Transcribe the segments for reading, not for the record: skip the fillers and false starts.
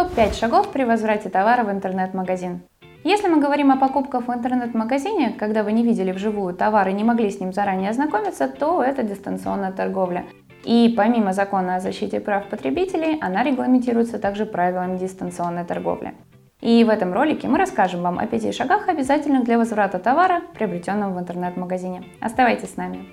Топ-5 шагов при возврате товара в интернет-магазин. Если мы говорим о покупках в интернет-магазине, когда вы не видели вживую товар и не могли с ним заранее ознакомиться, то это дистанционная торговля. И помимо закона о защите прав потребителей, она регламентируется также правилами дистанционной торговли. И в этом ролике мы расскажем вам о 5 шагах, обязательных для возврата товара, приобретенного в интернет-магазине. Оставайтесь с нами.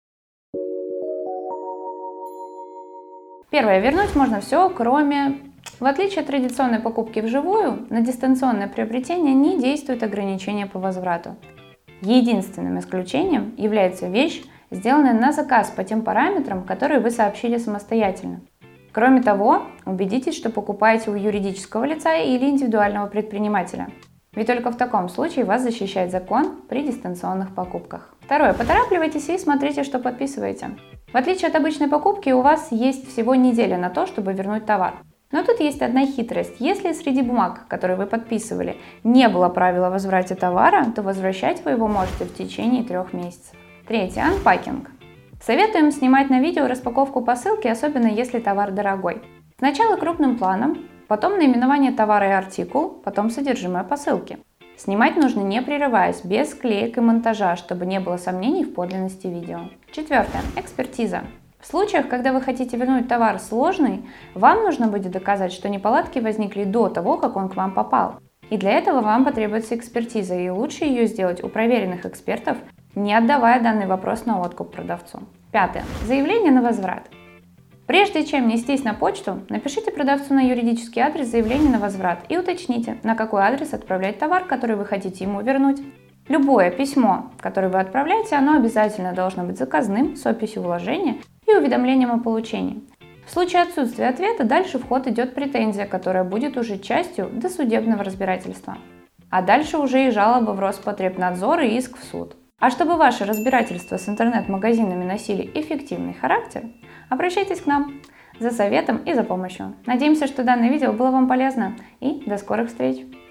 Первое. Вернуть можно все, кроме... В отличие от традиционной покупки вживую, на дистанционное приобретение не действует ограничение по возврату. Единственным исключением является вещь, сделанная на заказ по тем параметрам, которые вы сообщили самостоятельно. Кроме того, убедитесь, что покупаете у юридического лица или индивидуального предпринимателя. Ведь только в таком случае вас защищает закон при дистанционных покупках. Второе. Поторапливайтесь и смотрите, что подписываете. В отличие от обычной покупки, у вас есть всего неделя на то, чтобы вернуть товар. Но тут есть одна хитрость. Если среди бумаг, которые вы подписывали, не было правила о возврате товара, то возвращать вы его можете в течение 3 месяцев. Третье. Анпакинг. Советуем снимать на видео распаковку посылки, особенно если товар дорогой. Сначала крупным планом, потом наименование товара и артикул, потом содержимое посылки. Снимать нужно не прерываясь, без склеек и монтажа, чтобы не было сомнений в подлинности видео. Четвертое. Экспертиза. В случаях, когда вы хотите вернуть товар сложный, вам нужно будет доказать, что неполадки возникли до того, как он к вам попал. И для этого вам потребуется экспертиза, и лучше ее сделать у проверенных экспертов, не отдавая данный вопрос на откуп продавцу. Пятое. Заявление на возврат. Прежде чем нестись на почту, напишите продавцу на юридический адрес заявление на возврат и уточните, на какой адрес отправлять товар, который вы хотите ему вернуть. Любое письмо, которое вы отправляете, оно обязательно должно быть заказным, с описью вложения и уведомлением о получении. В случае отсутствия ответа дальше в ход идет претензия, которая будет уже частью досудебного разбирательства. А дальше уже и жалоба в Роспотребнадзор и иск в суд. А чтобы ваши разбирательства с интернет-магазинами носили эффективный характер, обращайтесь к нам за советом и за помощью. Надеемся, что данное видео было вам полезно, и до скорых встреч!